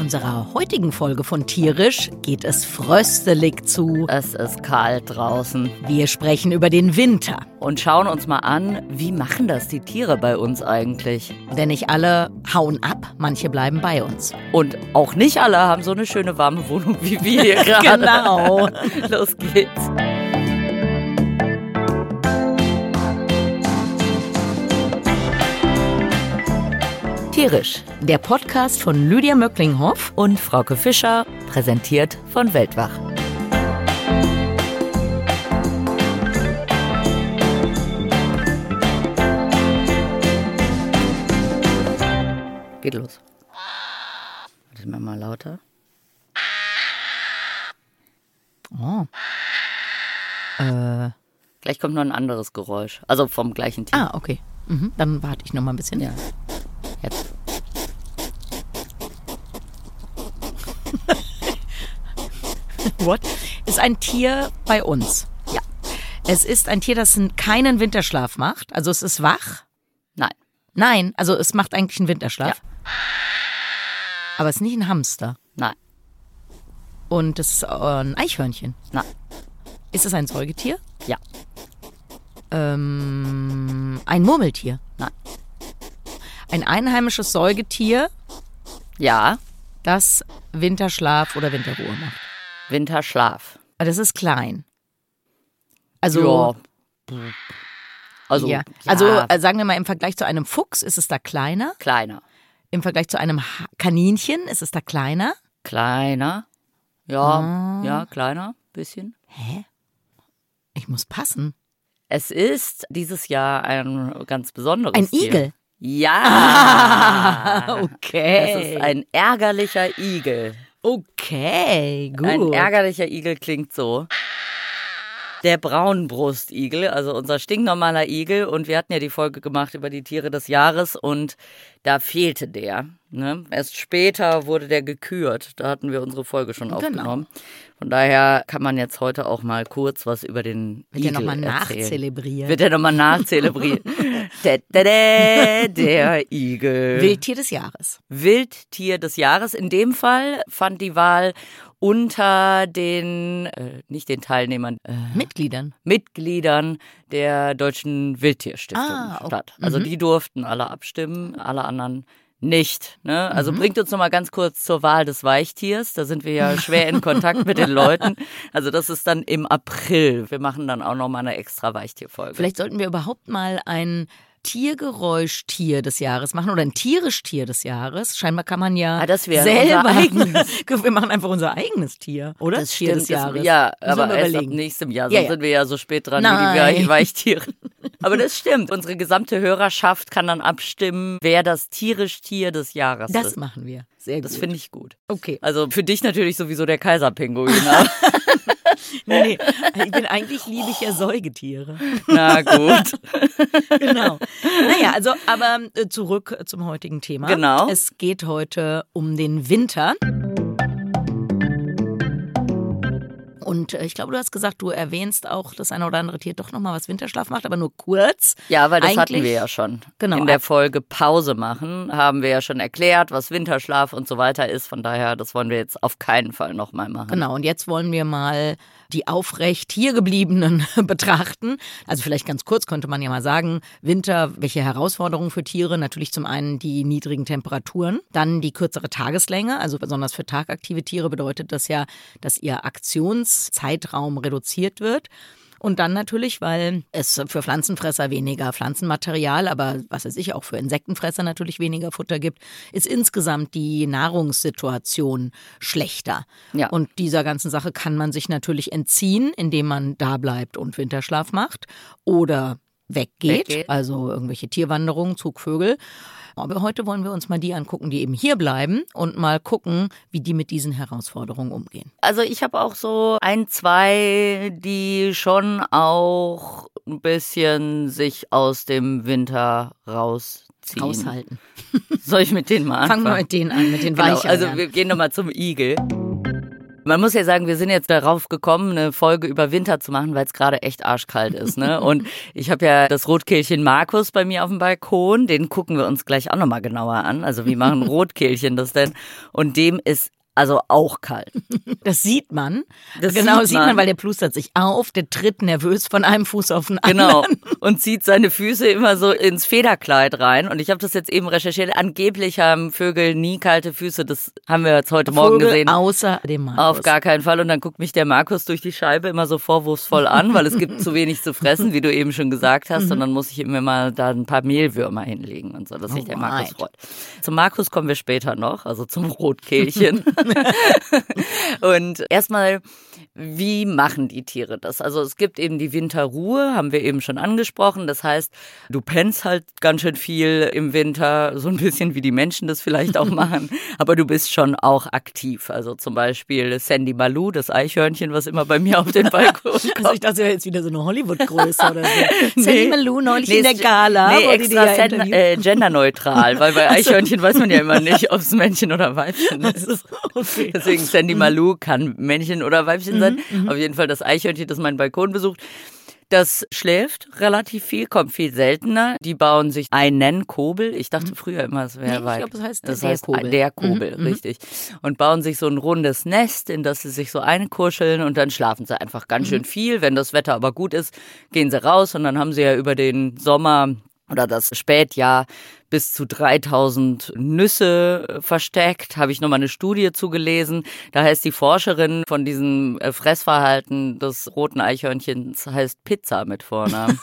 unserer heutigen Folge von Tierisch geht es fröstelig zu. Es ist kalt draußen. Wir sprechen über den Winter. Und schauen uns mal an, wie machen das die Tiere bei uns eigentlich? Denn nicht alle hauen ab, manche bleiben bei uns. Und auch nicht alle haben so eine schöne warme Wohnung wie wir hier gerade. Genau. Los geht's. Tierisch, Der Podcast von Lydia Möcklinghoff und Frauke Fischer, präsentiert von Weltwach. Geht los. Warte mal lauter. Oh. Gleich kommt noch ein anderes Geräusch. Also vom gleichen Tier. Ah, okay. Dann warte ich noch mal ein bisschen. Ja. Jetzt. What? Ist ein Tier bei uns? Ja. Es ist ein Tier, das keinen Winterschlaf macht. Also es ist wach. Nein. Nein, also es macht eigentlich einen Winterschlaf. Ja. Aber es ist nicht ein Hamster. Nein. Und es ist ein Eichhörnchen. Nein. Ist es ein Säugetier? Ja. Ein Murmeltier? Nein. Ein einheimisches Säugetier, Ja. das Winterschlaf oder Winterruhe macht. Winterschlaf. Aber das ist klein. Also, Ja. Also, ja. ja. Also sagen wir mal, im Vergleich zu einem Fuchs ist es da kleiner. Kleiner. Im Vergleich zu einem Kaninchen ist es da kleiner. Kleiner. Ja, ja, kleiner. Bisschen. Hä? Ich muss passen. Es ist dieses Jahr ein ganz besonderes Ein Tier. Igel. Ja. Okay. Es ist ein ärgerlicher Igel. Okay, gut. Ein ärgerlicher Igel klingt so. Der Braunbrustigel, also unser stinknormaler Igel. Und wir hatten ja die Folge gemacht über die Tiere des Jahres und da fehlte der. Ne? Erst später wurde der gekürt. Da hatten wir unsere Folge schon aufgenommen. Von daher kann man jetzt heute auch mal kurz was über den Wird Igel ja nochmal erzählen. nachzelebriert. Wird er nochmal nachzelebriert. Der Igel. Wildtier des Jahres. Wildtier des Jahres. In dem Fall fand die Wahl unter den, nicht den Teilnehmern, Mitgliedern der Deutschen Wildtierstiftung statt. Also die durften alle abstimmen, alle anderen nicht. Ne? Also bringt uns noch mal ganz kurz zur Wahl des Weichtiers. Da sind wir ja schwer in Kontakt mit den Leuten. Also das ist dann im April. Wir machen dann auch noch mal eine extra Weichtierfolge. Vielleicht sollten wir überhaupt mal ein Tiergeräuschtier des Jahres machen oder ein Tierisch-Tier des Jahres. Scheinbar kann man ja das wäre selber unser eigenes. Wir machen einfach unser eigenes Tier, oder? Das Tier des stimmt, Jahres. Ja, Müssen aber wir erst ab überlegen. nächstem Jahr. Ja, Sonst ja. sind wir ja so spät dran Nein. wie die Weichtiere. Aber das stimmt. Unsere gesamte Hörerschaft kann dann abstimmen, wer das Tierisch-Tier des Jahres Das ist. machen wir. Sehr gut. Das finde ich gut. Okay. Also für dich natürlich sowieso der Kaiserpinguin. Nee, eigentlich liebe ich ja Säugetiere. Na gut. Genau. Naja, also, aber zurück zum heutigen Thema. Genau. Es geht heute um den Winter. Und ich glaube, du hast gesagt, du erwähnst auch das eine oder andere Tier doch nochmal, was Winterschlaf macht, aber nur kurz. Ja, weil das hatten Eigentlich- wir ja schon. Genau. In der Folge Pause machen haben wir ja schon erklärt, was Winterschlaf und so weiter ist. Von daher, das wollen wir jetzt auf keinen Fall nochmal machen. Genau, und jetzt wollen wir mal die aufrecht hier gebliebenen betrachten. Also vielleicht ganz kurz könnte man ja mal sagen, Winter, welche Herausforderungen für Tiere? Natürlich zum einen die niedrigen Temperaturen, dann die kürzere Tageslänge. Also besonders für tagaktive Tiere bedeutet das ja, dass ihr Aktionszeitraum reduziert wird. Und dann natürlich, weil es für Pflanzenfresser weniger Pflanzenmaterial, aber was weiß ich, auch für Insektenfresser natürlich weniger Futter gibt, ist insgesamt die Nahrungssituation schlechter. Ja. Und dieser ganzen Sache kann man sich natürlich entziehen, indem man da bleibt und Winterschlaf macht oder weggeht. Also irgendwelche Tierwanderungen, Zugvögel. Aber heute wollen wir uns mal die angucken, die eben hier bleiben und mal gucken, wie die mit diesen Herausforderungen umgehen. Also ich habe auch so ein, zwei, die schon auch ein bisschen sich aus dem Winter rausziehen. Aushalten. Soll ich mit denen mal anfangen? Fangen wir mit denen an, mit den Genau, Weichern. also wir gehen nochmal zum Igel. Man muss ja sagen, wir sind jetzt darauf gekommen, eine Folge über Winter zu machen, weil es gerade echt arschkalt ist, ne? Und ich habe ja das Rotkehlchen Markus bei mir auf dem Balkon, den gucken wir uns gleich auch nochmal genauer an. Also wie machen Rotkehlchen das denn? Und dem ist also auch kalt. Das sieht man. Das sieht man, weil der plustert sich auf, der tritt nervös von einem Fuß auf den anderen. Genau, und zieht seine Füße immer so ins Federkleid rein. Und ich habe das jetzt eben recherchiert. Angeblich haben Vögel nie kalte Füße. Das haben wir jetzt heute Morgen gesehen. Außer dem Markus. Auf gar keinen Fall. Und dann guckt mich der Markus durch die Scheibe immer so vorwurfsvoll an, weil es gibt zu wenig zu fressen, wie du eben schon gesagt hast. Und dann muss ich ihm immer da ein paar Mehlwürmer hinlegen und so, dass sich der Markus freut. Zum Markus kommen wir später noch, also zum Rotkehlchen. Und erstmal, wie machen die Tiere das? Also es gibt eben die Winterruhe, haben wir eben schon angesprochen. Das heißt, du pennst halt ganz schön viel im Winter, so ein bisschen wie die Menschen das vielleicht auch machen. Aber du bist schon auch aktiv. Also zum Beispiel Sandy Malou, das Eichhörnchen, was immer bei mir auf den Balkon kommt. Also ich dachte, das wäre jetzt wieder so eine Hollywood-Größe oder so. Sandy Malou neulich in der Gala. Nee, extra genderneutral, weil bei Eichhörnchen weiß man ja immer nicht, ob es Männchen oder Weibchen ist. Okay. Deswegen Sandy Malou kann Männchen oder Weibchen sein. Auf jeden Fall das Eichhörnchen, das meinen Balkon besucht. Das schläft relativ viel, kommt viel seltener. Die bauen sich einen Kobel. Ich dachte früher immer, es wäre Weib. Ich glaube, das heißt Kobel. Der Kobel, richtig. Und bauen sich so ein rundes Nest, in das sie sich so einkuscheln und dann schlafen sie einfach ganz schön viel. Wenn das Wetter aber gut ist, gehen sie raus und dann haben sie ja über den Sommer oder das Spätjahr bis zu 3000 Nüsse versteckt, habe ich nochmal eine Studie zugelesen. Da heißt die Forscherin von diesem Fressverhalten des roten Eichhörnchens heißt Pizza mit Vornamen.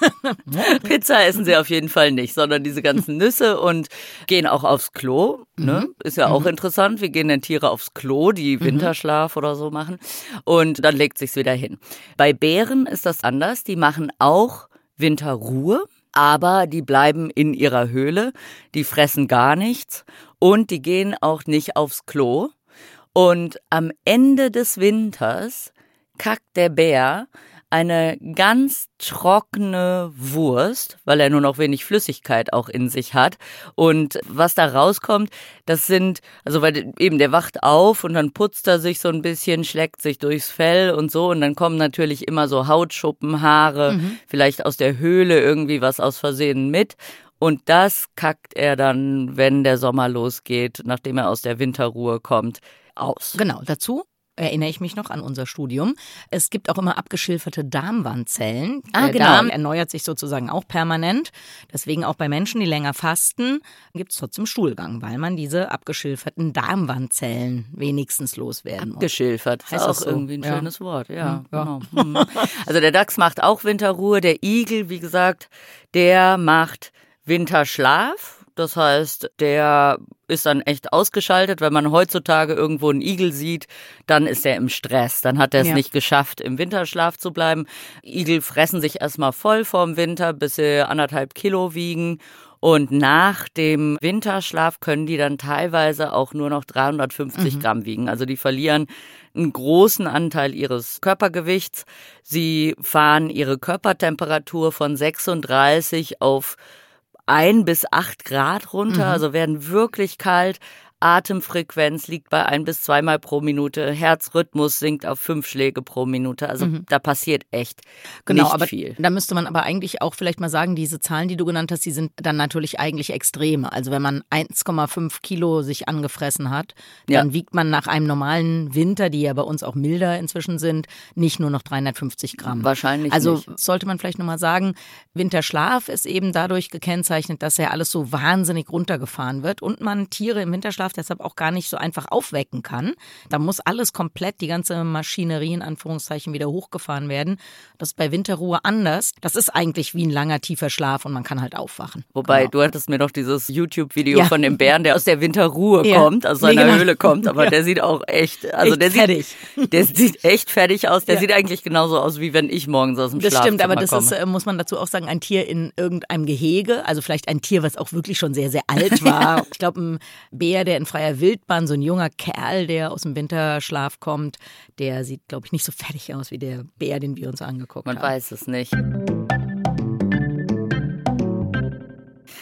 Pizza essen sie auf jeden Fall nicht, sondern diese ganzen Nüsse und gehen auch aufs Klo. Ne? Ist ja auch interessant. Wie gehen denn Tiere aufs Klo, die Winterschlaf oder so machen? Und dann legt sich's wieder hin. Bei Bären ist das anders. Die machen auch Winterruhe. Aber die bleiben in ihrer Höhle, die fressen gar nichts und die gehen auch nicht aufs Klo. Und am Ende des Winters kackt der Bär eine ganz trockene Wurst, weil er nur noch wenig Flüssigkeit auch in sich hat. Und was da rauskommt, das sind, also weil eben der wacht auf und dann putzt er sich so ein bisschen, schlägt sich durchs Fell und so. Und dann kommen natürlich immer so Hautschuppen, Haare, vielleicht aus der Höhle irgendwie was aus Versehen mit. Und das kackt er dann, wenn der Sommer losgeht, nachdem er aus der Winterruhe kommt, aus. Genau, dazu erinnere ich mich noch an unser Studium. Es gibt auch immer abgeschilferte Darmwandzellen. Der Darm erneuert sich sozusagen auch permanent. Deswegen auch bei Menschen, die länger fasten, gibt es trotzdem Stuhlgang, weil man diese abgeschilferten Darmwandzellen wenigstens loswerden muss. Abgeschilfert, heißt auch so? Irgendwie ein schönes Wort. Ja, genau. Also der Dachs macht auch Winterruhe. Der Igel, wie gesagt, der macht Winterschlaf. Das heißt, der ist dann echt ausgeschaltet. Wenn man heutzutage irgendwo einen Igel sieht, dann ist er im Stress. Dann hat er es nicht geschafft, im Winterschlaf zu bleiben. Igel fressen sich erstmal voll vorm Winter, bis sie 1,5 Kilo wiegen. Und nach dem Winterschlaf können die dann teilweise auch nur noch 350 Gramm wiegen. Also die verlieren einen großen Anteil ihres Körpergewichts. Sie fahren ihre Körpertemperatur von 36 auf 1 bis 8 Grad runter, also werden wirklich kalt. Atemfrequenz liegt bei 1 bis 2 Mal pro Minute. Herzrhythmus sinkt auf 5 Schläge pro Minute. Also da passiert echt nicht viel. Da müsste man aber eigentlich auch vielleicht mal sagen, diese Zahlen, die du genannt hast, die sind dann natürlich eigentlich extreme. Also wenn man 1,5 Kilo sich angefressen hat, dann wiegt man nach einem normalen Winter, die ja bei uns auch milder inzwischen sind, nicht nur noch 350 Gramm. Wahrscheinlich also nicht. Sollte man vielleicht nochmal sagen, Winterschlaf ist eben dadurch gekennzeichnet, dass ja alles so wahnsinnig runtergefahren wird und man Tiere im Winterschlaf deshalb auch gar nicht so einfach aufwecken kann. Da muss alles komplett, die ganze Maschinerie in Anführungszeichen wieder hochgefahren werden. Das ist bei Winterruhe anders. Das ist eigentlich wie ein langer, tiefer Schlaf und man kann halt aufwachen. Wobei, du hattest mir doch dieses YouTube-Video von dem Bären, der aus der Winterruhe kommt, aus seiner Höhle kommt, aber der sieht auch echt, also der sieht echt fertig aus. Der sieht eigentlich genauso aus, wie wenn ich morgens aus dem Schlafzimmer komme. Das stimmt, aber das ist, muss man dazu auch sagen, ein Tier in irgendeinem Gehege, also vielleicht ein Tier, was auch wirklich schon sehr, sehr alt war. Ich glaube, ein Bär, der in freier Wildbahn, so ein junger Kerl, der aus dem Winterschlaf kommt, der sieht, glaube ich, nicht so fertig aus wie der Bär, den wir uns angeguckt haben. Man weiß es nicht.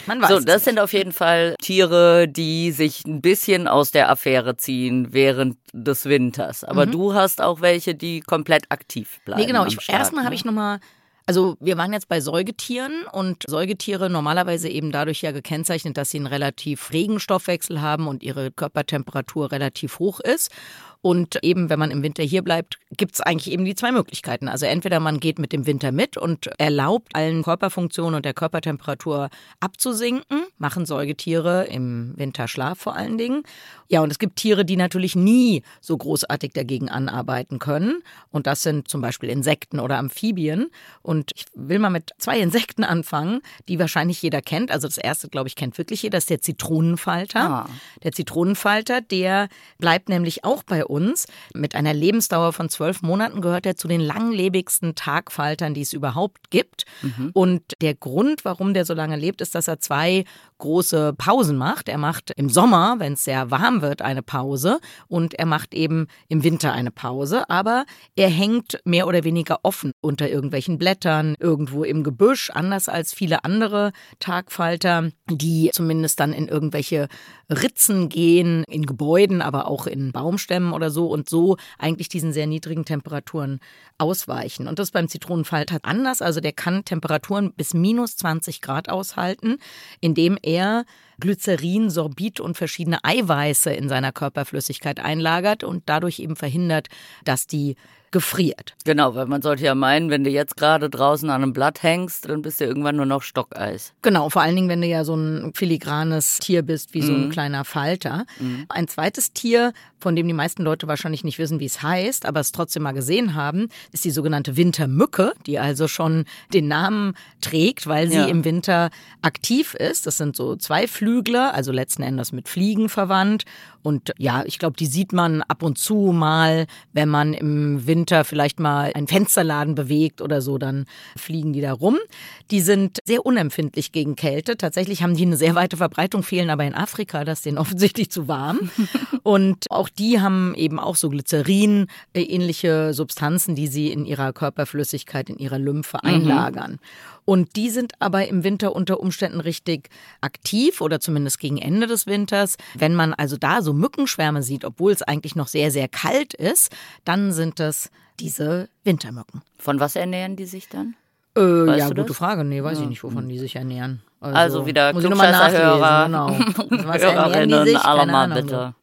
Man weiß so, es das nicht. sind auf jeden Fall Tiere, die sich ein bisschen aus der Affäre ziehen während des Winters. Aber du hast auch welche, die komplett aktiv bleiben. Nee, genau. am Start, Erstmal habe ich nochmal. Also wir waren jetzt bei Säugetieren und Säugetiere normalerweise eben dadurch ja gekennzeichnet, dass sie einen relativ regen Stoffwechsel haben und ihre Körpertemperatur relativ hoch ist. Und eben, wenn man im Winter hier bleibt, gibt es eigentlich eben die zwei Möglichkeiten. Also entweder man geht mit dem Winter mit und erlaubt allen Körperfunktionen und der Körpertemperatur abzusinken, machen Säugetiere im Winterschlaf vor allen Dingen. Ja, und es gibt Tiere, die natürlich nie so großartig dagegen anarbeiten können. Und das sind zum Beispiel Insekten oder Amphibien. Und ich will mal mit 2 Insekten anfangen, die wahrscheinlich jeder kennt. Also das erste, glaube ich, kennt wirklich jeder, das ist der Zitronenfalter. Der Zitronenfalter, der bleibt nämlich auch bei uns. Mit einer Lebensdauer von 12 Monaten gehört er zu den langlebigsten Tagfaltern, die es überhaupt gibt. Und der Grund, warum der so lange lebt, ist, dass er 2 große Pausen macht. Er macht im Sommer, wenn es sehr warm wird, eine Pause und er macht eben im Winter eine Pause. Aber er hängt mehr oder weniger offen unter irgendwelchen Blättern, irgendwo im Gebüsch, anders als viele andere Tagfalter, die zumindest dann in irgendwelche Ritzen gehen, in Gebäuden, aber auch in Baumstämmen oder so und so eigentlich diesen sehr niedrigen Temperaturen ausweichen. Und das ist beim Zitronenfalter anders. Also der kann Temperaturen bis minus 20 Grad aushalten, indem er Glycerin, Sorbit und verschiedene Eiweiße in seiner Körperflüssigkeit einlagert und dadurch eben verhindert, dass die gefriert. Genau, weil man sollte ja meinen, wenn du jetzt gerade draußen an einem Blatt hängst, dann bist du irgendwann nur noch Stockeis. Genau, vor allen Dingen, wenn du ja so ein filigranes Tier bist, wie so ein kleiner Falter. Ein zweites Tier, von dem die meisten Leute wahrscheinlich nicht wissen, wie es heißt, aber es trotzdem mal gesehen haben, ist die sogenannte Wintermücke, die also schon den Namen trägt, weil sie im Winter aktiv ist. Das sind so Zweiflügler, also letzten Endes mit Fliegen verwandt. Und ja, ich glaube, die sieht man ab und zu mal, wenn man im Winter vielleicht mal einen Fensterladen bewegt oder so, dann fliegen die da rum. Die sind sehr unempfindlich gegen Kälte. Tatsächlich haben die eine sehr weite Verbreitung, fehlen aber in Afrika, das ist denen offensichtlich zu warm. Und auch die haben eben auch so Glycerin, ähnliche Substanzen, die sie in ihrer Körperflüssigkeit, in ihrer Lymphe einlagern. Und die sind aber im Winter unter Umständen richtig aktiv oder zumindest gegen Ende des Winters. Wenn man also da so Mückenschwärme sieht, obwohl es eigentlich noch sehr, sehr kalt ist, dann sind es diese Wintermücken. Von was ernähren die sich dann? Ja, gute Frage. Nee, weiß ich nicht, wovon die sich ernähren. Also wieder muss ich nochmal Klugscheißer-Hörer, nachlesen, genau. Was ernähren die sich? alle Keine mal Ahnung. bitte.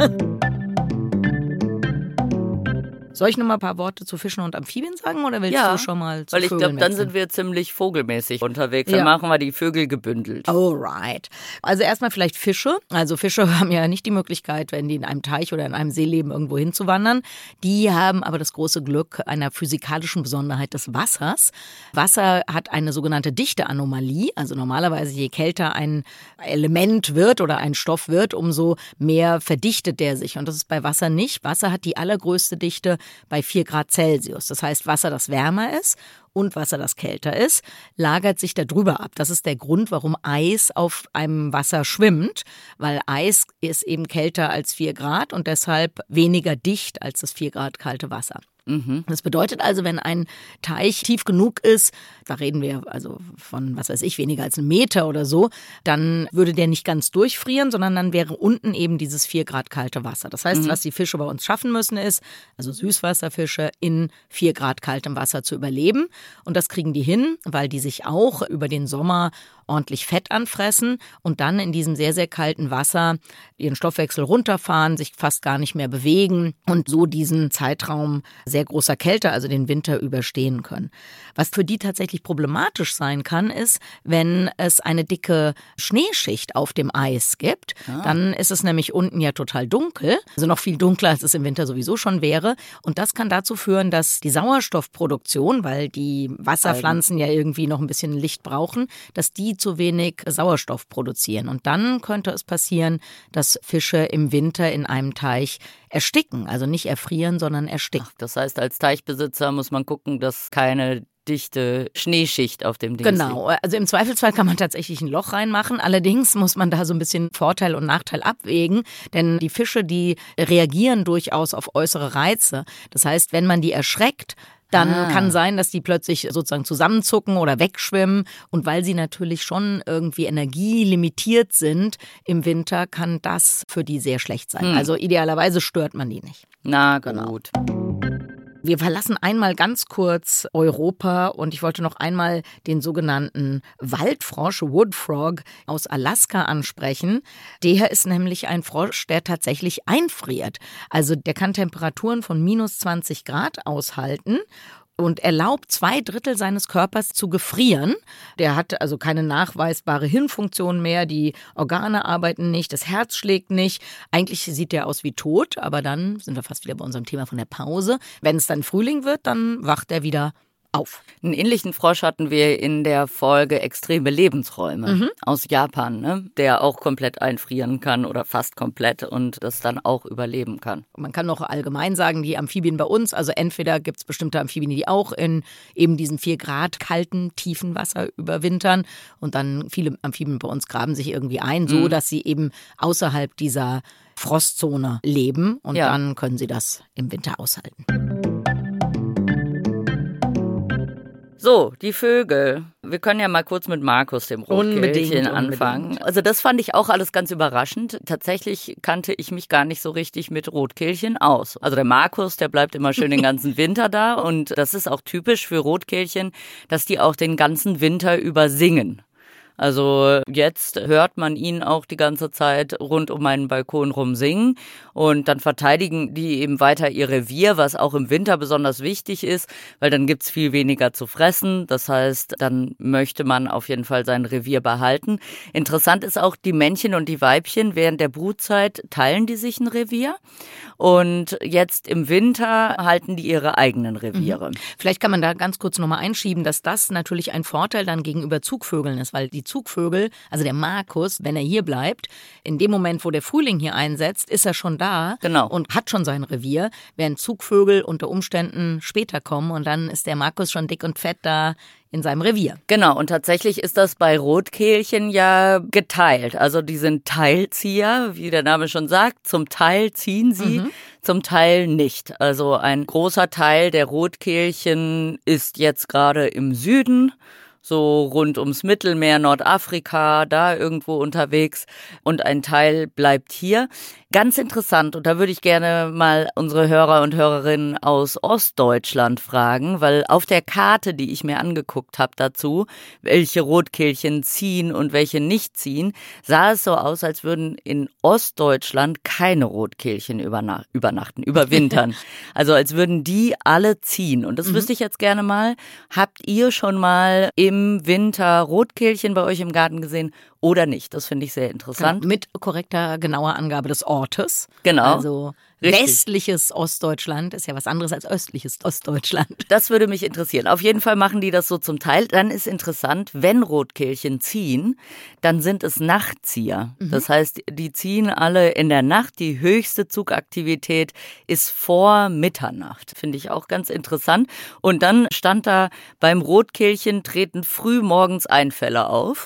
Soll ich noch mal ein paar Worte zu Fischen und Amphibien sagen oder willst du schon mal zu weil ich Vögeln glaube, dann wechseln? sind wir ziemlich vogelmäßig unterwegs. Dann machen wir die Vögel gebündelt. Alright. Also erstmal vielleicht Fische. Also Fische haben ja nicht die Möglichkeit, wenn die in einem Teich oder in einem See leben, irgendwo hinzuwandern. Die haben aber das große Glück einer physikalischen Besonderheit des Wassers. Wasser hat eine sogenannte Dichteanomalie. Also normalerweise, je kälter ein Element wird oder ein Stoff wird, umso mehr verdichtet der sich. Und das ist bei Wasser nicht. Wasser hat die allergrößte Dichte bei 4 Grad Celsius. Das heißt, Wasser, das wärmer ist und Wasser, das kälter ist, lagert sich da drüber ab. Das ist der Grund, warum Eis auf einem Wasser schwimmt, weil Eis ist eben kälter als 4 Grad und deshalb weniger dicht als das 4 Grad kalte Wasser. Das bedeutet also, wenn ein Teich tief genug ist, da reden wir also von, was weiß ich, weniger als 1 Meter oder so, dann würde der nicht ganz durchfrieren, sondern dann wäre unten eben dieses 4 Grad kalte Wasser. Das heißt, was die Fische bei uns schaffen müssen, ist, also Süßwasserfische in 4 Grad kaltem Wasser zu überleben. Und das kriegen die hin, weil die sich auch über den Sommer ordentlich Fett anfressen und dann in diesem sehr, sehr kalten Wasser ihren Stoffwechsel runterfahren, sich fast gar nicht mehr bewegen und so diesen Zeitraum sehr großer Kälte, also den Winter, überstehen können. Was für die tatsächlich problematisch sein kann, ist, wenn es eine dicke Schneeschicht auf dem Eis gibt. Dann ist es nämlich unten ja total dunkel, also noch viel dunkler, als es im Winter sowieso schon wäre. Und das kann dazu führen, dass die Sauerstoffproduktion, weil die Wasserpflanzen ja irgendwie noch ein bisschen Licht brauchen, dass die zu wenig Sauerstoff produzieren. Und dann könnte es passieren, dass Fische im Winter in einem Teich ersticken. Also nicht erfrieren, sondern ersticken. Das heißt, als Teichbesitzer muss man gucken, dass keine dichte Schneeschicht auf dem Ding liegt. Genau, also im Zweifelsfall kann man tatsächlich ein Loch reinmachen. Allerdings muss man da so ein bisschen Vorteil und Nachteil abwägen, denn die Fische, die reagieren durchaus auf äußere Reize. Das heißt, wenn man die erschreckt, dann kann sein, dass die plötzlich sozusagen zusammenzucken oder wegschwimmen. Und weil sie natürlich schon irgendwie energielimitiert sind im Winter, kann das für die sehr schlecht sein. Also idealerweise stört man die nicht. Na gut. Wir verlassen einmal ganz kurz Europa und ich wollte noch einmal den sogenannten Waldfrosch, Wood Frog aus Alaska ansprechen. Der ist nämlich ein Frosch, der tatsächlich einfriert. Also der kann Temperaturen von minus 20 Grad aushalten und erlaubt 2/3 seines Körpers zu gefrieren. Der hat also keine nachweisbare Hirnfunktion mehr, die Organe arbeiten nicht, das Herz schlägt nicht. Eigentlich sieht der aus wie tot, aber dann sind wir fast wieder bei unserem Thema von der Pause. Wenn es dann Frühling wird, dann wacht er wieder auf. Einen ähnlichen Frosch hatten wir in der Folge Extreme Lebensräume aus Japan, ne? Der auch komplett einfrieren kann oder fast komplett und das dann auch überleben kann. Man kann noch allgemein sagen, die Amphibien bei uns, also entweder gibt es bestimmte Amphibien, die auch in eben diesem 4 Grad kalten, tiefen Wasser überwintern und dann viele Amphibien bei uns graben sich irgendwie ein, so dass sie eben außerhalb dieser Frostzone leben und dann können sie das im Winter aushalten. So, die Vögel. Wir können ja mal kurz mit Markus, dem Rotkehlchen, anfangen. Unbedingt. Also das fand ich auch alles ganz überraschend. Tatsächlich kannte ich mich gar nicht so richtig mit Rotkehlchen aus. Also der Markus, der bleibt immer schön den ganzen Winter da. Und das ist auch typisch für Rotkehlchen, dass die auch den ganzen Winter über singen. Also jetzt hört man ihn auch die ganze Zeit rund um meinen Balkon rum singen und dann verteidigen die eben weiter ihr Revier, was auch im Winter besonders wichtig ist, weil dann gibt's viel weniger zu fressen. Das heißt, dann möchte man auf jeden Fall sein Revier behalten. Interessant ist auch, die Männchen und die Weibchen während der Brutzeit teilen die sich ein Revier und jetzt im Winter halten die ihre eigenen Reviere. Vielleicht kann man da ganz kurz nochmal einschieben, dass das natürlich ein Vorteil dann gegenüber Zugvögeln ist, weil die Zugvögel, also der Markus, wenn er hier bleibt, in dem Moment, wo der Frühling hier einsetzt, ist er schon da und hat schon sein Revier, während Zugvögel unter Umständen später kommen und dann ist der Markus schon dick und fett da in seinem Revier. Genau, und tatsächlich ist das bei Rotkehlchen ja geteilt. Also die sind Teilzieher, wie der Name schon sagt. Zum Teil ziehen sie, zum Teil nicht. Also ein großer Teil der Rotkehlchen ist jetzt gerade im Süden, so rund ums Mittelmeer, Nordafrika, da irgendwo unterwegs und ein Teil bleibt hier. Ganz interessant und da würde ich gerne mal unsere Hörer und Hörerinnen aus Ostdeutschland fragen, weil auf der Karte, die ich mir angeguckt habe dazu, welche Rotkehlchen ziehen und welche nicht ziehen, sah es so aus, als würden in Ostdeutschland keine Rotkehlchen überwintern. Also als würden die alle ziehen und das wüsste ich jetzt gerne mal. Habt ihr schon mal im Winter Rotkehlchen bei euch im Garten gesehen oder nicht? Das finde ich sehr interessant. Genau, mit korrekter, genauer Angabe des Ortes. Genau. Also richtig. Westliches Ostdeutschland ist ja was anderes als östliches Ostdeutschland. Das würde mich interessieren. Auf jeden Fall machen die das so zum Teil. Dann ist interessant, wenn Rotkehlchen ziehen, dann sind es Nachtzieher. Das heißt, die ziehen alle in der Nacht. Die höchste Zugaktivität ist vor Mitternacht. Finde ich auch ganz interessant. Und dann stand da, beim Rotkehlchen treten früh morgens Einfälle auf.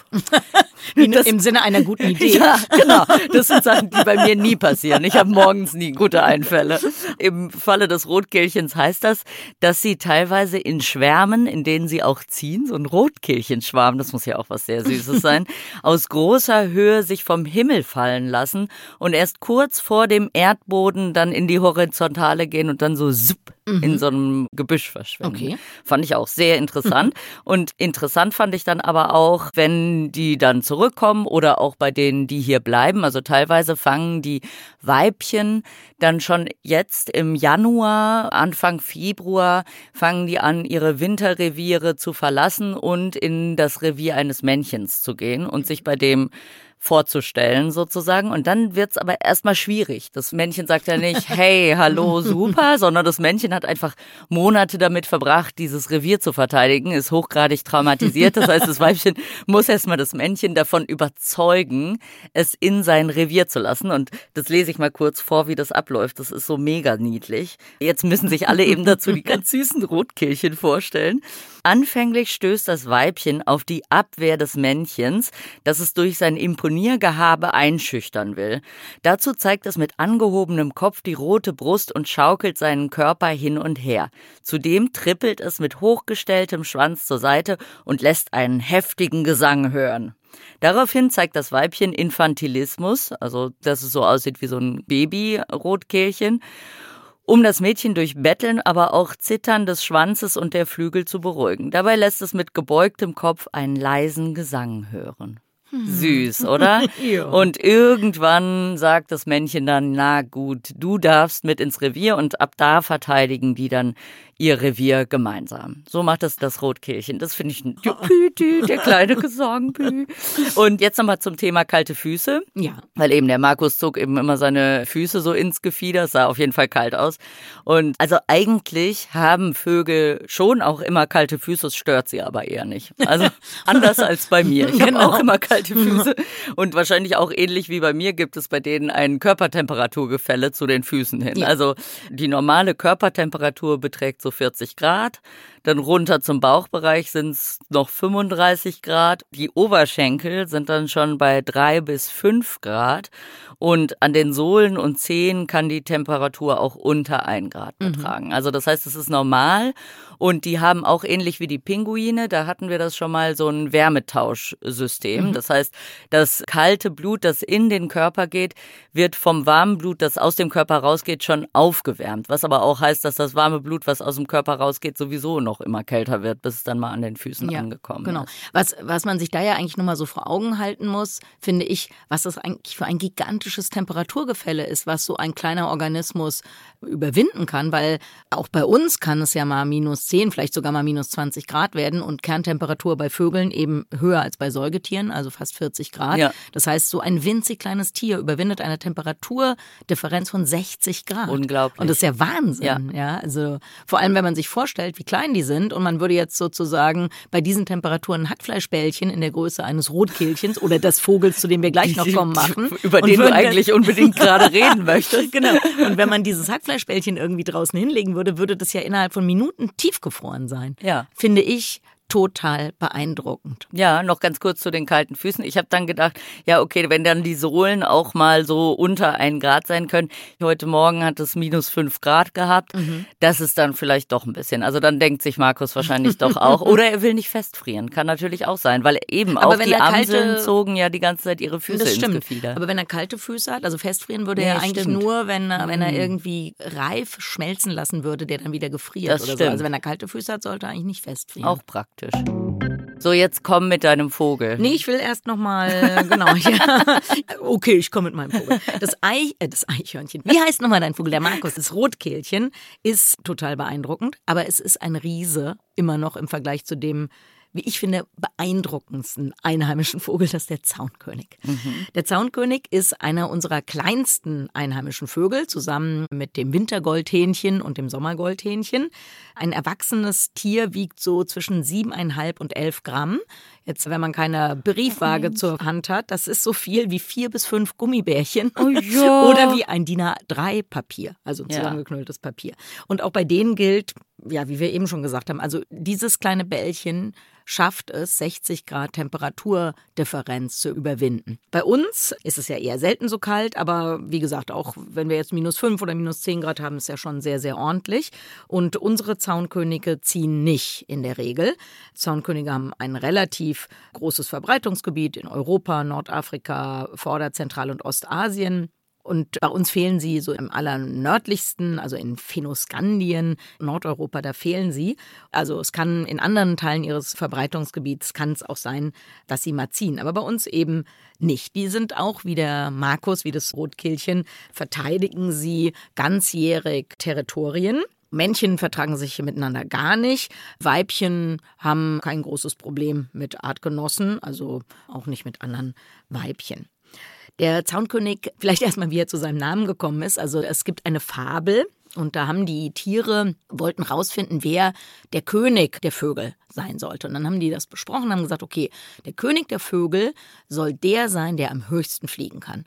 Im Sinne einer guten Idee. Ja, genau. Das sind Sachen, die bei mir nie passieren. Ich habe morgens nie gute Einfälle. Im Falle des Rotkehlchens heißt das, dass sie teilweise in Schwärmen, in denen sie auch ziehen, so ein Rotkehlchenschwarm, das muss ja auch was sehr Süßes sein, aus großer Höhe sich vom Himmel fallen lassen und erst kurz vor dem Erdboden dann in die Horizontale gehen und dann so in so einem Gebüsch verschwinden. Okay. Fand ich auch sehr interessant. Und interessant fand ich dann aber auch, wenn die dann zurückkommen oder auch bei denen, die hier bleiben. Also teilweise fangen die Weibchen dann schon jetzt im Januar, Anfang Februar, fangen die an, ihre Winterreviere zu verlassen und in das Revier eines Männchens zu gehen und sich bei dem vorzustellen sozusagen. Und dann wird's aber erstmal schwierig. Das Männchen sagt ja nicht, hey, hallo, super, sondern das Männchen hat einfach Monate damit verbracht, dieses Revier zu verteidigen, ist hochgradig traumatisiert. Das heißt, das Weibchen muss erstmal das Männchen davon überzeugen, es in sein Revier zu lassen. Und das lese ich mal kurz vor, wie das abläuft. Das ist so mega niedlich. Jetzt müssen sich alle eben dazu die ganz süßen Rotkehlchen vorstellen. anfänglich stößt das Weibchen auf die Abwehr des Männchens, das es durch sein Imponiergehabe einschüchtern will. Dazu zeigt es mit angehobenem Kopf die rote Brust und schaukelt seinen Körper hin und her. Zudem trippelt es mit hochgestelltem Schwanz zur Seite und lässt einen heftigen Gesang hören. Daraufhin zeigt das Weibchen Infantilismus, also dass es so aussieht wie so ein Baby-Rotkehlchen, um das Mädchen durch Betteln, aber auch Zittern des Schwanzes und der Flügel zu beruhigen. Dabei lässt es mit gebeugtem Kopf einen leisen Gesang hören. Süß, oder? Ja. Und irgendwann sagt das Männchen dann, na gut, du darfst mit ins Revier, und ab da verteidigen die dann ihr Revier gemeinsam. So macht es das Rotkehlchen. Das finde ich der kleine Gesang. Und jetzt nochmal zum Thema kalte Füße. Ja. Weil eben der Markus zog eben immer seine Füße so ins Gefieder. Es sah auf jeden Fall kalt aus. Und also eigentlich haben Vögel schon auch immer kalte Füße, es stört sie aber eher nicht. Also anders als bei mir. Ich habe auch immer kalte Füße. Und wahrscheinlich auch ähnlich wie bei mir gibt es bei denen ein Körpertemperaturgefälle zu den Füßen hin. Ja. Also die normale Körpertemperatur beträgt so 40 Grad, dann runter zum Bauchbereich sind es noch 35 Grad. Die Oberschenkel sind dann schon bei 3 bis 5 Grad und an den Sohlen und Zehen kann die Temperatur auch unter 1 Grad betragen. Also das heißt, es ist normal, und die haben auch ähnlich wie die Pinguine, da hatten wir das schon mal, so ein Wärmetauschsystem. Das heißt, das kalte Blut, das in den Körper geht, wird vom warmen Blut, das aus dem Körper rausgeht, schon aufgewärmt. Was aber auch heißt, dass das warme Blut, was aus dem Körper rausgeht, sowieso noch immer kälter wird, bis es dann mal an den Füßen angekommen ist. Was man sich da ja eigentlich nochmal so vor Augen halten muss, finde ich, was das eigentlich für ein gigantisches Temperaturgefälle ist, was so ein kleiner Organismus überwinden kann, weil auch bei uns kann es ja mal -10, vielleicht sogar mal -20 Grad werden, und Kerntemperatur bei Vögeln eben höher als bei Säugetieren, also fast 40 Grad. Ja. Das heißt, so ein winzig kleines Tier überwindet eine Temperaturdifferenz von 60 Grad. Unglaublich. Und das ist ja Wahnsinn. Ja, also vor allem, wenn man sich vorstellt, wie klein die sind, und man würde jetzt sozusagen bei diesen Temperaturen ein Hackfleischbällchen in der Größe eines Rotkehlchens oder des Vogels, zu dem wir gleich noch kommen, machen. Über den du eigentlich unbedingt gerade reden möchtest. Genau. Und wenn man dieses Hackfleischbällchen irgendwie draußen hinlegen würde, würde das ja innerhalb von Minuten tiefgefroren sein. Ja. Finde ich total beeindruckend. Ja, noch ganz kurz zu den kalten Füßen. Ich habe dann gedacht, ja okay, wenn dann die Sohlen auch mal so unter 1 Grad sein können. Heute Morgen hat es -5 Grad gehabt. Das ist dann vielleicht doch ein bisschen. Also dann denkt sich Markus wahrscheinlich doch auch. Oder er will nicht festfrieren. Kann natürlich auch sein, weil eben auch die Amseln zogen ja die ganze Zeit ihre Füße ins Gefieder. Aber wenn er kalte Füße hat, also festfrieren würde er eigentlich nur, wenn er irgendwie reif schmelzen lassen würde, der dann wieder gefriert das oder stimmt. so. Also wenn er kalte Füße hat, sollte er eigentlich nicht festfrieren. Auch praktisch. So, jetzt komm mit deinem Vogel. Nee, ich will erst noch mal, genau. Ja. Okay, ich komme mit meinem Vogel. Das Eichhörnchen. Wie heißt nochmal dein Vogel? Der Markus. Das Rotkehlchen ist total beeindruckend, aber es ist ein Riese, immer noch im Vergleich zu dem, wie ich finde, beeindruckendsten einheimischen Vogel, das ist der Zaunkönig. Der Zaunkönig ist einer unserer kleinsten einheimischen Vögel, zusammen mit dem Wintergoldhähnchen und dem Sommergoldhähnchen. Ein erwachsenes Tier wiegt so zwischen 7,5 und 11 Gramm. Jetzt, wenn man keine Briefwaage zur Hand hat, das ist so viel wie 4 bis 5 Gummibärchen oder wie ein DIN A3-Papier, also zusammengeknülltes Papier. Und auch bei denen gilt, ja, wie wir eben schon gesagt haben, also dieses kleine Bällchen schafft es, 60 Grad Temperaturdifferenz zu überwinden. Bei uns ist es ja eher selten so kalt, aber wie gesagt, auch wenn wir jetzt -5 oder -10 Grad haben, ist ja schon sehr, sehr ordentlich. Und unsere Zaunkönige ziehen nicht in der Regel. Zaunkönige haben ein relativ großes Verbreitungsgebiet in Europa, Nordafrika, Vorder-, Zentral- und Ostasien. Und bei uns fehlen sie so im allernördlichsten, also in Fennoskandien, Nordeuropa, da fehlen sie. Also es kann in anderen Teilen ihres Verbreitungsgebiets, kann es auch sein, dass sie mal ziehen. Aber bei uns eben nicht. Die sind auch wie der Markus, wie das Rotkehlchen, verteidigen sie ganzjährig Territorien. Männchen vertragen sich miteinander gar nicht. Weibchen haben kein großes Problem mit Artgenossen, also auch nicht mit anderen Weibchen. Der Zaunkönig, vielleicht erstmal, wie er zu seinem Namen gekommen ist. Also es gibt eine Fabel und da haben die Tiere, wollten rausfinden, wer der König der Vögel sein sollte. Und dann haben die das besprochen und haben gesagt, okay, der König der Vögel soll der sein, der am höchsten fliegen kann.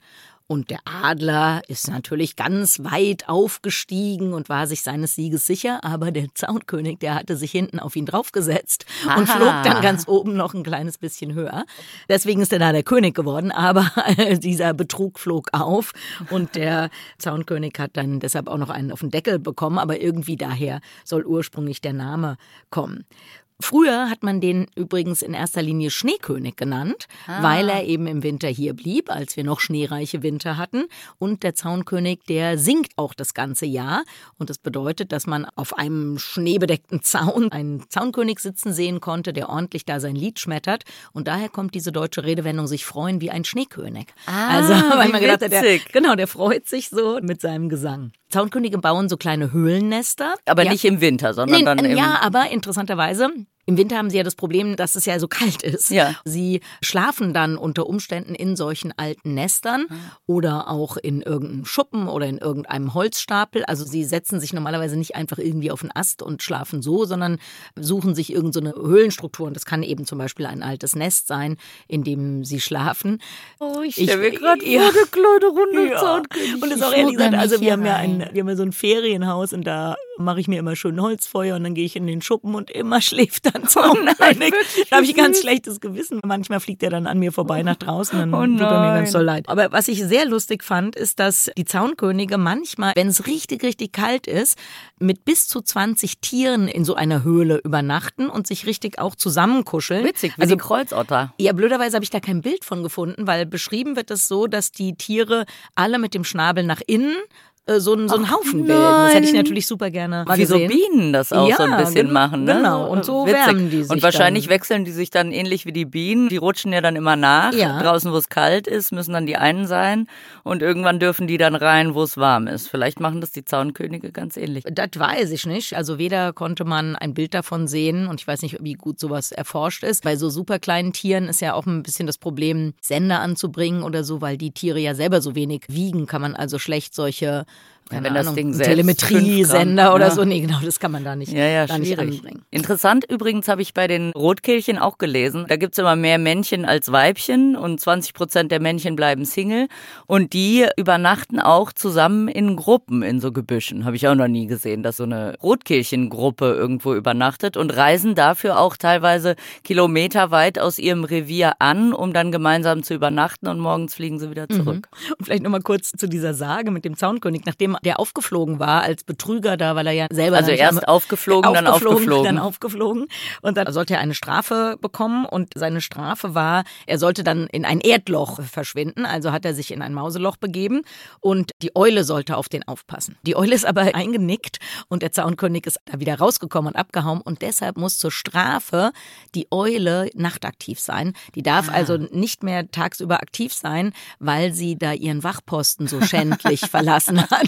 Und der Adler ist natürlich ganz weit aufgestiegen und war sich seines Sieges sicher, aber der Zaunkönig, der hatte sich hinten auf ihn draufgesetzt und flog dann ganz oben noch ein kleines bisschen höher. Deswegen ist er da der König geworden, aber dieser Betrug flog auf und der Zaunkönig hat dann deshalb auch noch einen auf den Deckel bekommen, aber irgendwie daher soll ursprünglich der Name kommen. Früher hat man den übrigens in erster Linie Schneekönig genannt, weil er eben im Winter hier blieb, als wir noch schneereiche Winter hatten. Und der Zaunkönig, der singt auch das ganze Jahr. Und das bedeutet, dass man auf einem schneebedeckten Zaun einen Zaunkönig sitzen sehen konnte, der ordentlich da sein Lied schmettert. Und daher kommt diese deutsche Redewendung, sich freuen wie ein Schneekönig. Also, weil man gedacht hat, der freut sich so mit seinem Gesang. Zaunkönige bauen so kleine Höhlennester. Aber nicht im Winter, sondern dann im... Ja, aber interessanterweise... Im Winter haben sie ja das Problem, dass es ja so kalt ist. Ja. Sie schlafen dann unter Umständen in solchen alten Nestern oder auch in irgendeinem Schuppen oder in irgendeinem Holzstapel. Also sie setzen sich normalerweise nicht einfach irgendwie auf einen Ast und schlafen so, sondern suchen sich irgendeine Höhlenstruktur. Und das kann eben zum Beispiel ein altes Nest sein, in dem sie schlafen. Oh, ich stelle mir gerade vor, eine kleine Runde Zaunkönig. Und das ist auch ehrlich gesagt, also wir haben ja so ein Ferienhaus und da mache ich mir immer schön Holzfeuer und dann gehe ich in den Schuppen und immer schläft dann Zaunkönig. Da habe ich ein ganz schlechtes Gewissen. Manchmal fliegt er dann an mir vorbei nach draußen, dann tut er mir ganz doll leid. Aber was ich sehr lustig fand, ist, dass die Zaunkönige manchmal, wenn es richtig, richtig kalt ist, mit bis zu 20 Tieren in so einer Höhle übernachten und sich richtig auch zusammenkuscheln. Witzig, wie die Kreuzotter. Ja, blöderweise habe ich da kein Bild von gefunden, weil beschrieben wird es so, dass die Tiere alle mit dem Schnabel nach innen so einen Haufen bilden. Das hätte ich natürlich super gerne mal gesehen. Wie so Bienen das auch so ein bisschen machen. Ne? Genau, und so wärmen die sich und wahrscheinlich dann wechseln die sich dann ähnlich wie die Bienen. Die rutschen ja dann immer nach. Ja. Draußen, wo es kalt ist, müssen dann die einen sein. Und irgendwann dürfen die dann rein, wo es warm ist. Vielleicht machen das die Zaunkönige ganz ähnlich. Das weiß ich nicht. Also weder konnte man ein Bild davon sehen und ich weiß nicht, wie gut sowas erforscht ist. Bei so super kleinen Tieren ist ja auch ein bisschen das Problem, Sender anzubringen oder so, weil die Tiere ja selber so wenig wiegen, kann man also schlecht solche das Ding Telemetrie-Sender oder so. Nee, genau, das kann man da nicht, nicht anbringen. Interessant übrigens habe ich bei den Rotkehlchen auch gelesen. Da gibt es immer mehr Männchen als Weibchen und 20% der Männchen bleiben Single. Und die übernachten auch zusammen in Gruppen in so Gebüschen. Habe ich auch noch nie gesehen, dass so eine Rotkehlchengruppe irgendwo übernachtet und reisen dafür auch teilweise kilometerweit aus ihrem Revier an, um dann gemeinsam zu übernachten und morgens fliegen sie wieder zurück. Und vielleicht nochmal kurz zu dieser Sage mit dem Zaunkönig, nachdem der aufgeflogen war als Betrüger da, weil er ja selber... Also erst aufgeflogen, dann aufgeflogen. Dann aufgeflogen. Und dann sollte er eine Strafe bekommen und seine Strafe war, er sollte dann in ein Erdloch verschwinden. Also hat er sich in ein Mauseloch begeben und die Eule sollte auf den aufpassen. Die Eule ist aber eingenickt und der Zaunkönig ist da wieder rausgekommen und abgehauen und deshalb muss zur Strafe die Eule nachtaktiv sein. Die darf also nicht mehr tagsüber aktiv sein, weil sie da ihren Wachposten so schändlich verlassen hat.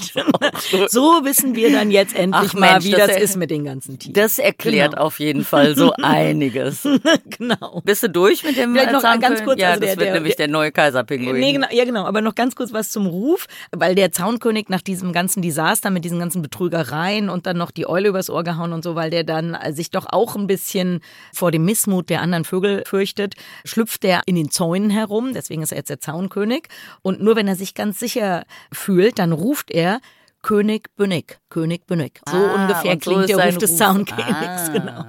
So wissen wir dann jetzt endlich wie das ist mit den ganzen Tieren. Das erklärt auf jeden Fall so einiges. Genau. Bist du durch mit dem Zaunkönig? Ganz kurz, ja, das wird nämlich der neue Kaiserpinguin. Nee, genau, aber noch ganz kurz was zum Ruf, weil der Zaunkönig nach diesem ganzen Desaster mit diesen ganzen Betrügereien und dann noch die Eule übers Ohr gehauen und so, weil der dann sich doch auch ein bisschen vor dem Missmut der anderen Vögel fürchtet, schlüpft er in den Zäunen herum, deswegen ist er jetzt der Zaunkönig und nur wenn er sich ganz sicher fühlt, dann ruft er König Bünnig, König Bünnig. So ungefähr klingt der Ruf des Zaunkönigs, genau.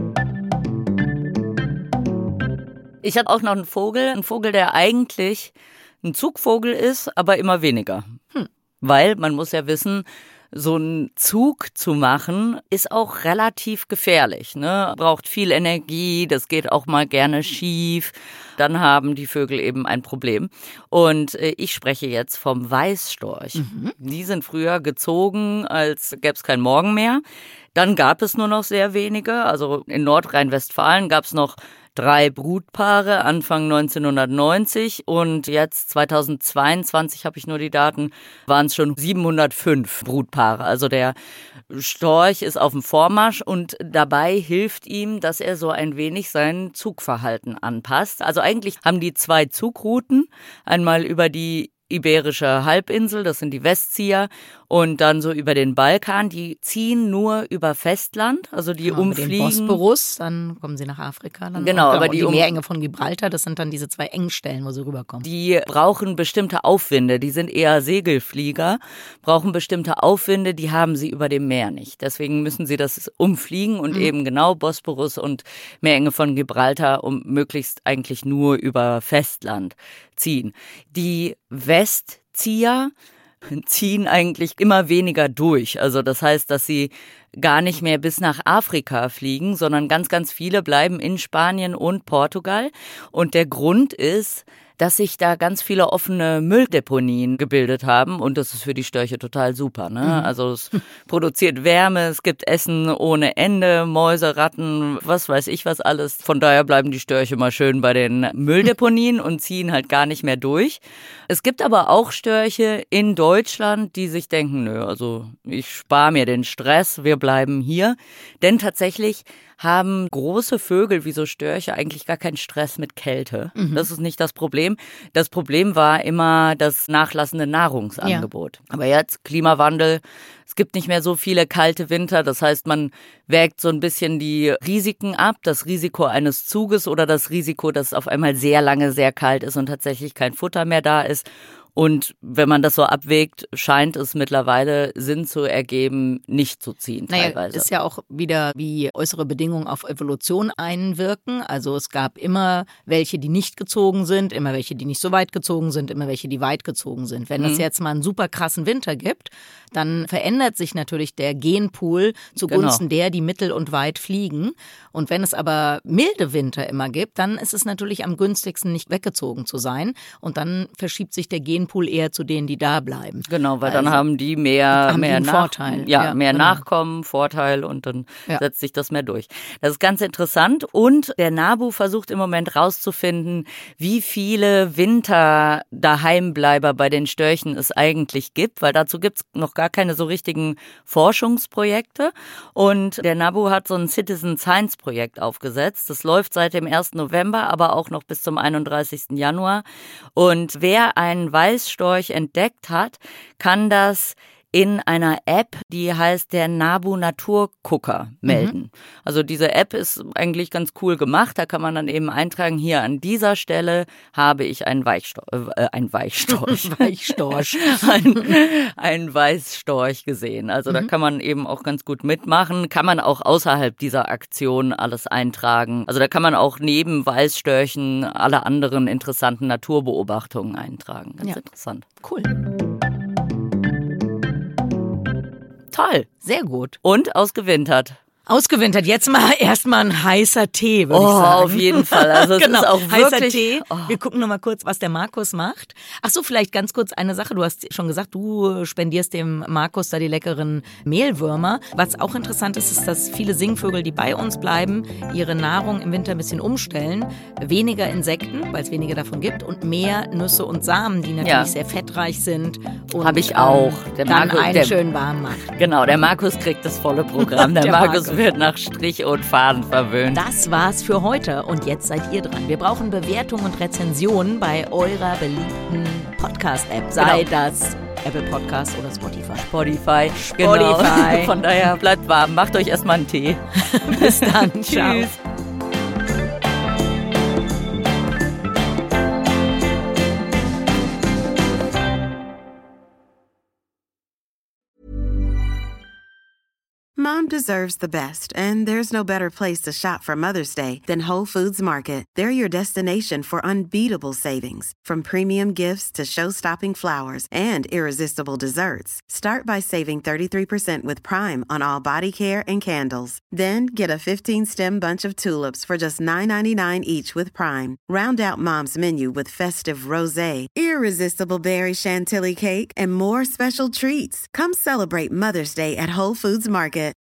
Ich habe auch noch einen Vogel, der eigentlich ein Zugvogel ist, aber immer weniger. Weil man muss ja wissen, so einen Zug zu machen, ist auch relativ gefährlich, ne? Braucht viel Energie, das geht auch mal gerne schief. Dann haben die Vögel eben ein Problem. Und ich spreche jetzt vom Weißstorch. Die sind früher gezogen, als gäbe es kein Morgen mehr. Dann gab es nur noch sehr wenige. Also in Nordrhein-Westfalen gab es noch 3 Brutpaare Anfang 1990 und jetzt 2022, habe ich nur die Daten, waren es schon 705 Brutpaare. Also der Storch ist auf dem Vormarsch und dabei hilft ihm, dass er so ein wenig sein Zugverhalten anpasst. Also eigentlich haben die 2 Zugrouten, einmal über die Iberische Halbinsel, das sind die Westzieher, und dann so über den Balkan. Die ziehen nur über Festland, also die umfliegen. Den Bosporus, dann kommen sie nach Afrika. Dann genau, aber die Meerenge von Gibraltar, das sind dann diese 2 Engstellen, wo sie rüberkommen. Die brauchen bestimmte Aufwinde, die sind eher Segelflieger, brauchen bestimmte Aufwinde, die haben sie über dem Meer nicht. Deswegen müssen sie das umfliegen und eben genau Bosporus und Meerenge von Gibraltar möglichst eigentlich nur über Festland ziehen. Die Westzieher ziehen eigentlich immer weniger durch. Also das heißt, dass sie gar nicht mehr bis nach Afrika fliegen, sondern ganz, ganz viele bleiben in Spanien und Portugal. Und der Grund ist, dass sich da ganz viele offene Mülldeponien gebildet haben und das ist für die Störche total super, ne? Also es produziert Wärme, es gibt Essen ohne Ende, Mäuse, Ratten, was weiß ich was alles. Von daher bleiben die Störche mal schön bei den Mülldeponien und ziehen halt gar nicht mehr durch. Es gibt aber auch Störche in Deutschland, die sich denken, nö, also ich spare mir den Stress, wir bleiben hier. Denn tatsächlich haben große Vögel wie so Störche eigentlich gar keinen Stress mit Kälte. Das ist nicht das Problem. Das Problem war immer das nachlassende Nahrungsangebot. Ja. Aber jetzt Klimawandel, es gibt nicht mehr so viele kalte Winter. Das heißt, man wägt so ein bisschen die Risiken ab. Das Risiko eines Zuges oder das Risiko, dass es auf einmal sehr lange sehr kalt ist und tatsächlich kein Futter mehr da ist. Und wenn man das so abwägt, scheint es mittlerweile Sinn zu ergeben, nicht zu ziehen teilweise. Ist ja auch wieder, wie äußere Bedingungen auf Evolution einwirken. Also es gab immer welche, die nicht gezogen sind, immer welche, die nicht so weit gezogen sind, immer welche, die weit gezogen sind. Wenn es jetzt mal einen super krassen Winter gibt, dann verändert sich natürlich der Genpool zugunsten der, die mittel und weit fliegen. Und wenn es aber milde Winter immer gibt, dann ist es natürlich am günstigsten, nicht weggezogen zu sein. Und dann verschiebt sich der Genpool eher zu denen, die da bleiben. Genau, weil dann haben die mehr Vorteil. Ja, mehr genau. Nachkommen, Vorteil und dann setzt sich das mehr durch. Das ist ganz interessant und der NABU versucht im Moment rauszufinden, wie viele Winter-Daheimbleiber bei den Störchen es eigentlich gibt, weil dazu gibt es noch gar keine so richtigen Forschungsprojekte und der NABU hat so ein Citizen Science Projekt aufgesetzt. Das läuft seit dem 1. November, aber auch noch bis zum 31. Januar und wer einen Weißstorch entdeckt hat, kann das in einer App, die heißt der NABU Naturgucker, melden. Also diese App ist eigentlich ganz cool gemacht. Da kann man dann eben eintragen, hier an dieser Stelle habe ich einen ein Weißstorch gesehen. Also da kann man eben auch ganz gut mitmachen. Kann man auch außerhalb dieser Aktion alles eintragen. Also da kann man auch neben Weißstörchen alle anderen interessanten Naturbeobachtungen eintragen. Ganz interessant. Cool. Toll. Sehr gut. Und ausgewintert. Ausgewintert. Jetzt mal erstmal ein heißer Tee, würde ich sagen. Auf jeden Fall. Also es ist auch heißer wirklich Tee. Wir gucken noch mal kurz, was der Markus macht. Ach so, vielleicht ganz kurz eine Sache. Du hast schon gesagt, du spendierst dem Markus da die leckeren Mehlwürmer. Was auch interessant ist, ist, dass viele Singvögel, die bei uns bleiben, ihre Nahrung im Winter ein bisschen umstellen. Weniger Insekten, weil es weniger davon gibt, und mehr Nüsse und Samen, die natürlich sehr fettreich sind. Habe ich auch. Der Markus, einen schön warm macht. Genau, der Markus kriegt das volle Programm. Der Markus wird nach Strich und Faden verwöhnt. Das war's für heute und jetzt seid ihr dran. Wir brauchen Bewertungen und Rezensionen bei eurer beliebten Podcast-App. Sei das Apple Podcast oder Spotify. Genau. Von daher bleibt warm. Macht euch erstmal einen Tee. Bis dann. Ciao. Tschüss. Mom deserves the best, and there's no better place to shop for Mother's Day than Whole Foods Market. They're your destination for unbeatable savings, from premium gifts to show-stopping flowers and irresistible desserts. Start by saving 33% with Prime on all body care and candles. Then get a 15-stem bunch of tulips for just $9.99 each with Prime. Round out Mom's menu with festive rosé, irresistible berry chantilly cake, and more special treats. Come celebrate Mother's Day at Whole Foods Market.